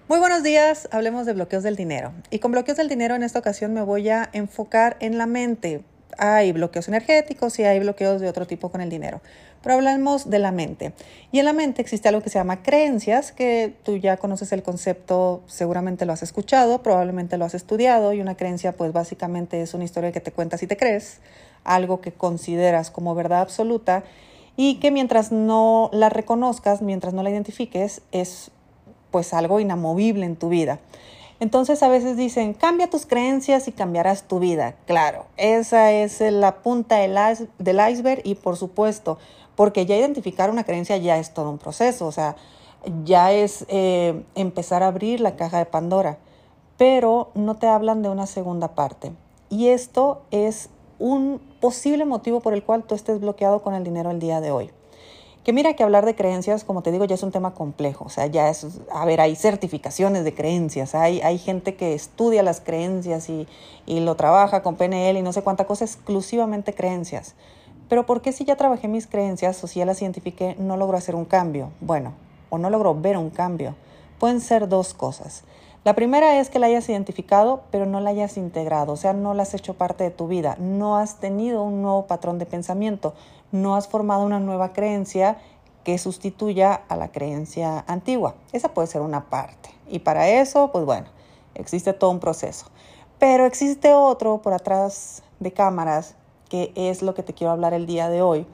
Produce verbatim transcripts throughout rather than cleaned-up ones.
Muy buenos días, hablemos de bloqueos del dinero. Y con bloqueos del dinero en esta ocasión me voy a enfocar en la mente. Hay bloqueos energéticos y hay bloqueos de otro tipo con el dinero. Pero hablamos de la mente. Y en la mente existe algo que se llama creencias, que tú ya conoces el concepto, seguramente lo has escuchado, probablemente lo has estudiado. Y una creencia pues básicamente es una historia que te cuentas y te crees, algo que consideras como verdad absoluta y que mientras no la reconozcas, mientras no la identifiques, es pues algo inamovible en tu vida. Entonces a veces dicen, cambia tus creencias y cambiarás tu vida. Claro, esa es la punta del, ice, del iceberg y por supuesto, porque ya identificar una creencia ya es todo un proceso, o sea, ya es eh, empezar a abrir la caja de Pandora, pero no te hablan de una segunda parte. Y esto es un posible motivo por el cual tú estés bloqueado con el dinero el día de hoy. Que mira que hablar de creencias, como te digo, ya es un tema complejo. O sea, ya es, a ver, hay certificaciones de creencias, hay, hay gente que estudia las creencias y, y lo trabaja con P N L y no sé cuánta cosa, exclusivamente creencias. Pero ¿por qué si ya trabajé mis creencias o si ya las identifiqué, no logro hacer un cambio? Bueno, o no logro ver un cambio. Pueden ser dos cosas. La primera es que la hayas identificado, pero no la hayas integrado, o sea, no la has hecho parte de tu vida, no has tenido un nuevo patrón de pensamiento, no has formado una nueva creencia que sustituya a la creencia antigua. Esa puede ser una parte. Y para eso, pues bueno, existe todo un proceso. Pero existe otro por atrás de cámaras, que es lo que te quiero hablar el día de hoy,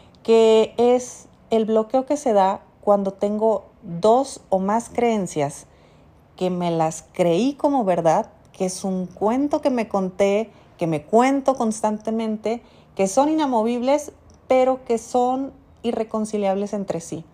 que es el bloqueo que se da cuando tengo dos o más creencias que me las creí como verdad, que es un cuento que me conté, que me cuento constantemente, que son inamovibles, pero que son irreconciliables entre sí.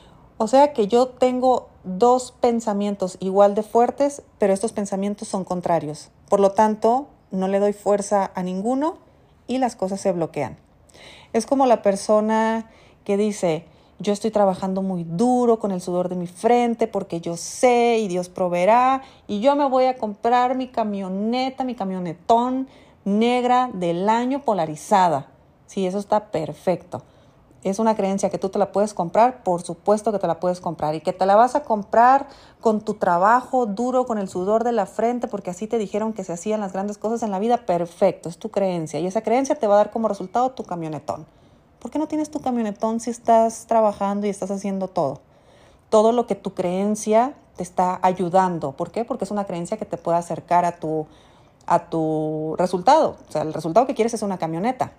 O sea que yo tengo dos pensamientos igual de fuertes, pero estos pensamientos son contrarios. Por lo tanto, no le doy fuerza a ninguno y las cosas se bloquean. Es como la persona que dice, yo estoy trabajando muy duro con el sudor de mi frente porque yo sé y Dios proveerá y yo me voy a comprar mi camioneta, mi camionetón negra del año polarizada. Sí, eso está perfecto. Es una creencia que tú te la puedes comprar, por supuesto que te la puedes comprar y que te la vas a comprar con tu trabajo duro, con el sudor de la frente, porque así te dijeron que se hacían las grandes cosas en la vida. Perfecto, es tu creencia y esa creencia te va a dar como resultado tu camionetón. ¿Por qué no tienes tu camionetón si estás trabajando y estás haciendo todo? Todo lo que tu creencia te está ayudando. ¿Por qué? Porque es una creencia que te puede acercar a tu, a tu resultado. O sea, el resultado que quieres es una camioneta.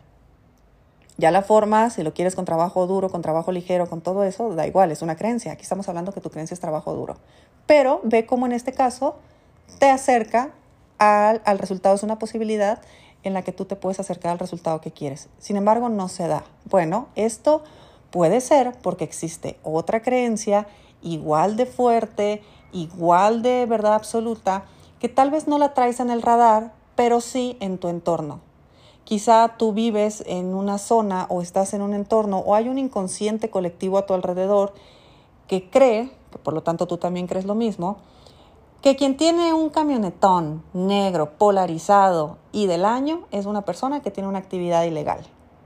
Ya la forma, si lo quieres con trabajo duro, con trabajo ligero, con todo eso, da igual, es una creencia. Aquí estamos hablando que tu creencia es trabajo duro. Pero ve cómo en este caso te acerca al, al resultado. Es una posibilidad en la que tú te puedes acercar al resultado que quieres. Sin embargo, no se da. Bueno, esto puede ser porque existe otra creencia igual de fuerte, igual de verdad absoluta, que tal vez no la traes en el radar, pero sí en tu entorno. Quizá tú vives en una zona o estás en un entorno o hay un inconsciente colectivo a tu alrededor que cree, que por lo tanto tú también crees lo mismo, que quien tiene un camionetón negro, polarizado y del año es una persona que tiene una actividad ilegal.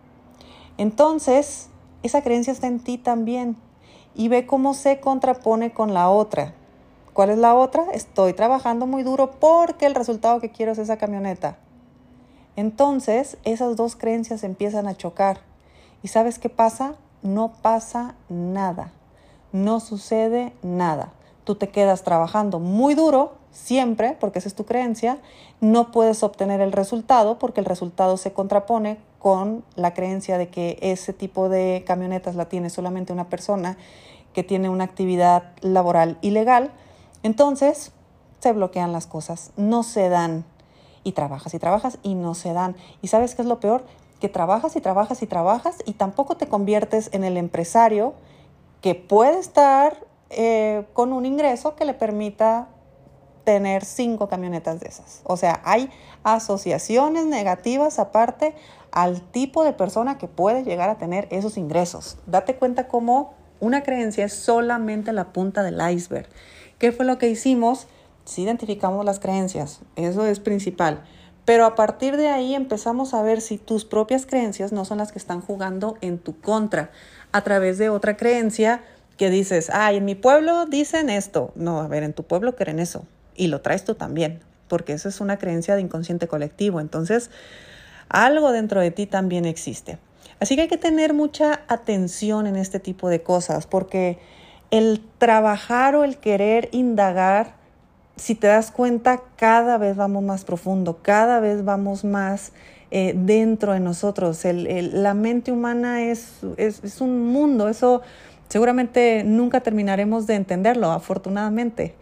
Entonces, esa creencia está en ti también y ve cómo se contrapone con la otra. ¿Cuál es la otra? Estoy trabajando muy duro porque el resultado que quiero es esa camioneta. Entonces, esas dos creencias empiezan a chocar. ¿Y sabes qué pasa? No pasa nada. No sucede nada. Tú te quedas trabajando muy duro, siempre, porque esa es tu creencia. No puedes obtener el resultado porque el resultado se contrapone con la creencia de que ese tipo de camionetas la tiene solamente una persona que tiene una actividad laboral ilegal. Entonces, se bloquean las cosas, no se dan. Y trabajas y trabajas y no se dan. ¿Y sabes qué es lo peor? Que trabajas y trabajas y trabajas y tampoco te conviertes en el empresario que puede estar eh, con un ingreso que le permita tener cinco camionetas de esas. O sea, hay asociaciones negativas aparte al tipo de persona que puede llegar a tener esos ingresos. Date cuenta cómo una creencia es solamente la punta del iceberg. ¿Qué fue lo que hicimos? Sí identificamos las creencias, eso es principal. Pero a partir de ahí empezamos a ver si tus propias creencias no son las que están jugando en tu contra a través de otra creencia que dices, ay, en mi pueblo dicen esto. No, a ver, en tu pueblo creen eso y lo traes tú también, porque eso es una creencia de inconsciente colectivo. Entonces, algo dentro de ti también existe. Así que hay que tener mucha atención en este tipo de cosas, porque el trabajar o el querer indagar, si te das cuenta, cada vez vamos más profundo, cada vez vamos más eh, dentro de nosotros. El, el, la mente humana es, es, es un mundo, eso seguramente nunca terminaremos de entenderlo, afortunadamente.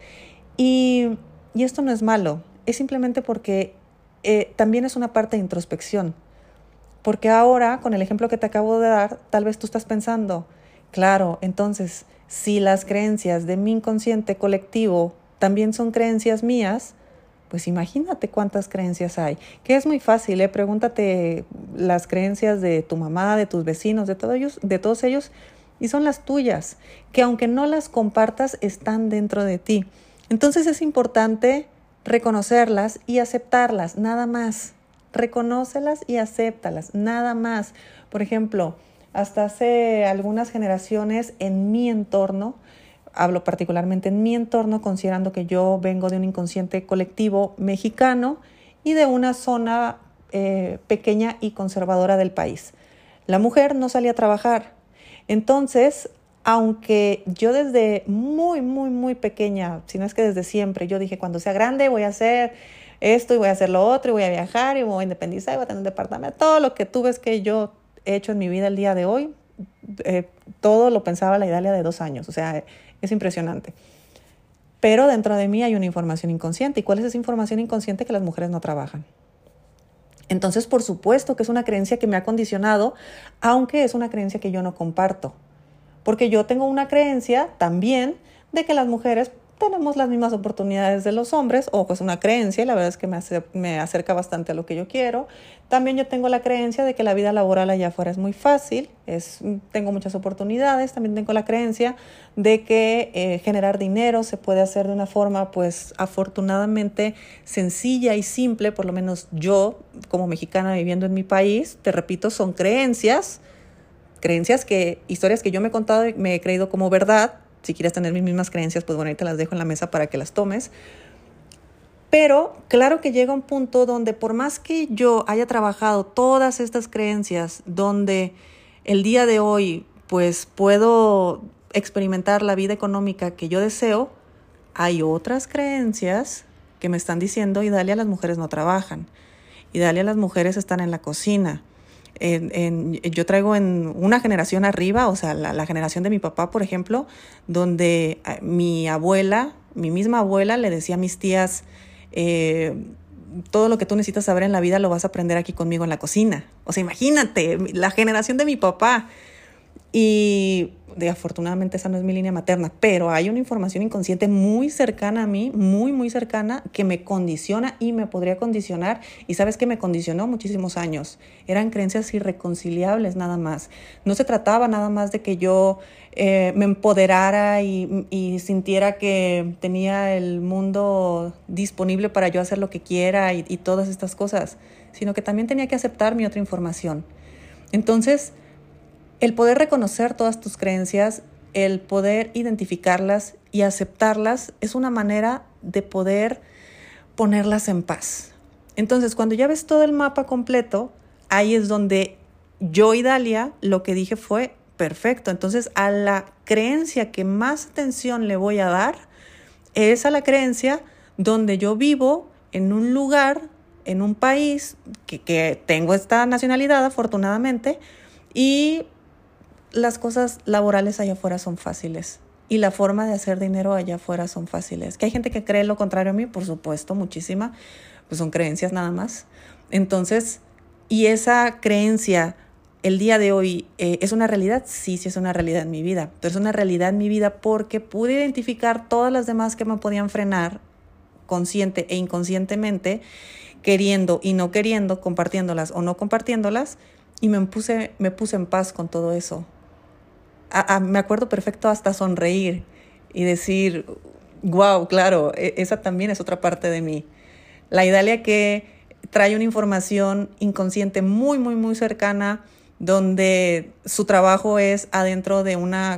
Y, y esto no es malo, es simplemente porque eh, también es una parte de introspección. Porque ahora, con el ejemplo que te acabo de dar, tal vez tú estás pensando, claro, entonces, si las creencias de mi inconsciente colectivo también son creencias mías, pues imagínate cuántas creencias hay. Que es muy fácil, ¿eh? Pregúntate las creencias de tu mamá, de tus vecinos, de todos ellos, de todos ellos, y son las tuyas, que aunque no las compartas, están dentro de ti. Entonces es importante reconocerlas y aceptarlas, nada más. Reconócelas y acéptalas, nada más. Por ejemplo, hasta hace algunas generaciones en mi entorno, hablo particularmente en mi entorno, considerando que yo vengo de un inconsciente colectivo mexicano y de una zona eh, pequeña y conservadora del país. La mujer no salía a trabajar. Entonces, aunque yo desde muy, muy, muy pequeña, si no es que desde siempre, yo dije, cuando sea grande voy a hacer esto y voy a hacer lo otro y voy a viajar y me voy a independizar y voy a tener un departamento. Todo lo que tú ves que yo he hecho en mi vida el día de hoy, eh, todo lo pensaba la Idalia de dos años. O sea, es impresionante. Pero dentro de mí hay una información inconsciente. ¿Y cuál es esa información inconsciente? Que las mujeres no trabajan. Entonces, por supuesto que es una creencia que me ha condicionado, aunque es una creencia que yo no comparto. Porque yo tengo una creencia también de que las mujeres tenemos las mismas oportunidades de los hombres. Ojo, es una creencia y la verdad es que me, acer- me acerca bastante a lo que yo quiero. También yo tengo la creencia de que la vida laboral allá afuera es muy fácil, es, tengo muchas oportunidades. También tengo la creencia de que eh, generar dinero se puede hacer de una forma, pues, afortunadamente sencilla y simple. Por lo menos yo, como mexicana viviendo en mi país, te repito, son creencias, creencias que, historias que yo me he contado y me he creído como verdad. Si quieres tener mis mismas creencias, pues bueno, ahí te las dejo en la mesa para que las tomes. Pero claro que llega un punto donde por más que yo haya trabajado todas estas creencias, donde el día de hoy pues puedo experimentar la vida económica que yo deseo, hay otras creencias que me están diciendo, Idalia, las mujeres no trabajan. Idalia, las mujeres están en la cocina. En, en, yo traigo en una generación arriba, o sea, la, la generación de mi papá, por ejemplo, donde mi abuela, mi misma abuela, le decía a mis tías, eh, todo lo que tú necesitas saber en la vida lo vas a aprender aquí conmigo en la cocina. O sea, imagínate, la generación de mi papá. Y de, afortunadamente esa no es mi línea materna, pero hay una información inconsciente muy cercana a mí, muy, muy cercana, que me condiciona y me podría condicionar. Y ¿sabes qué? Me condicionó muchísimos años. Eran creencias irreconciliables nada más. No se trataba nada más de que yo eh, me empoderara y, y sintiera que tenía el mundo disponible para yo hacer lo que quiera y, y todas estas cosas, sino que también tenía que aceptar mi otra información. Entonces, el poder reconocer todas tus creencias, el poder identificarlas y aceptarlas es una manera de poder ponerlas en paz. Entonces, cuando ya ves todo el mapa completo, ahí es donde yo, Idalia, lo que dije fue perfecto. Entonces, a la creencia que más atención le voy a dar es a la creencia donde yo vivo en un lugar, en un país, que, que tengo esta nacionalidad afortunadamente, y las cosas laborales allá afuera son fáciles y la forma de hacer dinero allá afuera son fáciles. ¿Que hay gente que cree lo contrario a mí? Por supuesto, muchísima. Pues son creencias nada más. Entonces, y esa creencia el día de hoy eh, ¿es una realidad? Sí, sí es una realidad en mi vida. Pero es una realidad en mi vida porque pude identificar todas las demás que me podían frenar consciente e inconscientemente, queriendo y no queriendo, compartiéndolas o no compartiéndolas, y me puse, me puse en paz con todo eso. A, a, me acuerdo perfecto hasta sonreír y decir, wow, claro, esa también es otra parte de mí. La Idalia que trae una información inconsciente muy, muy, muy cercana, donde su trabajo es adentro de una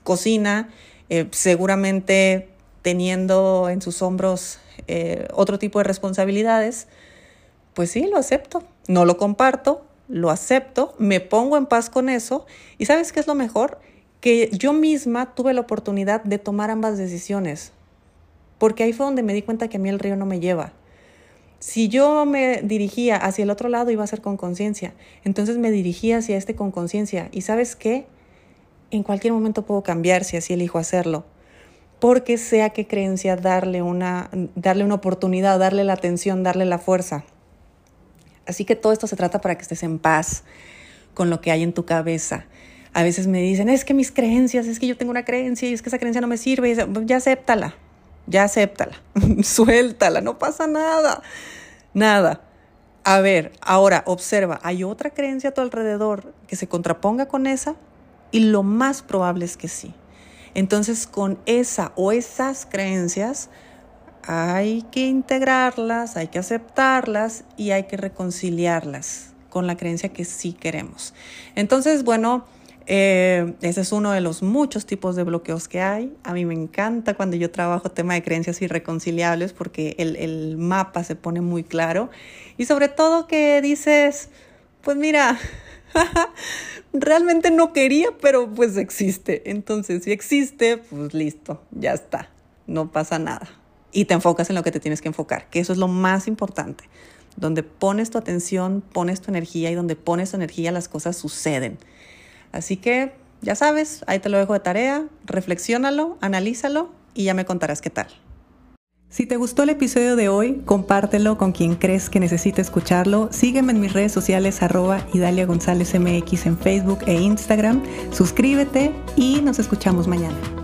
cocina, eh, seguramente teniendo en sus hombros eh, otro tipo de responsabilidades, pues sí, lo acepto. No lo comparto, lo acepto, me pongo en paz con eso. ¿Y sabes qué es lo mejor? Que yo misma tuve la oportunidad de tomar ambas decisiones, porque ahí fue donde me di cuenta que a mí el río no me lleva. Si yo me dirigía hacia el otro lado, iba a ser con conciencia. Entonces me dirigía hacia este con conciencia. ¿Y sabes qué? En cualquier momento puedo cambiar si así elijo hacerlo. Porque sé a qué creencia darle una, darle una oportunidad, darle la atención, darle la fuerza. Así que todo esto se trata para que estés en paz con lo que hay en tu cabeza. A veces me dicen, es que mis creencias, es que yo tengo una creencia y es que esa creencia no me sirve. Ya acéptala, ya acéptala, suéltala, no pasa nada, nada. A ver, ahora observa, ¿hay otra creencia a tu alrededor que se contraponga con esa? Y lo más probable es que sí. Entonces, con esa o esas creencias hay que integrarlas, hay que aceptarlas y hay que reconciliarlas con la creencia que sí queremos. Entonces, bueno, eh, ese es uno de los muchos tipos de bloqueos que hay. A mí me encanta cuando yo trabajo tema de creencias irreconciliables porque el, el mapa se pone muy claro y sobre todo que dices, pues mira, realmente no quería, pero pues existe. Entonces, si existe, pues listo, ya está, no pasa nada. Y te enfocas en lo que te tienes que enfocar, que eso es lo más importante. Donde pones tu atención, pones tu energía y donde pones tu energía las cosas suceden. Así que ya sabes, ahí te lo dejo de tarea, reflexiónalo, analízalo y ya me contarás qué tal. Si te gustó el episodio de hoy, compártelo con quien crees que necesite escucharlo. Sígueme en mis redes sociales arroba Idalia González M X en Facebook e Instagram. Suscríbete y nos escuchamos mañana.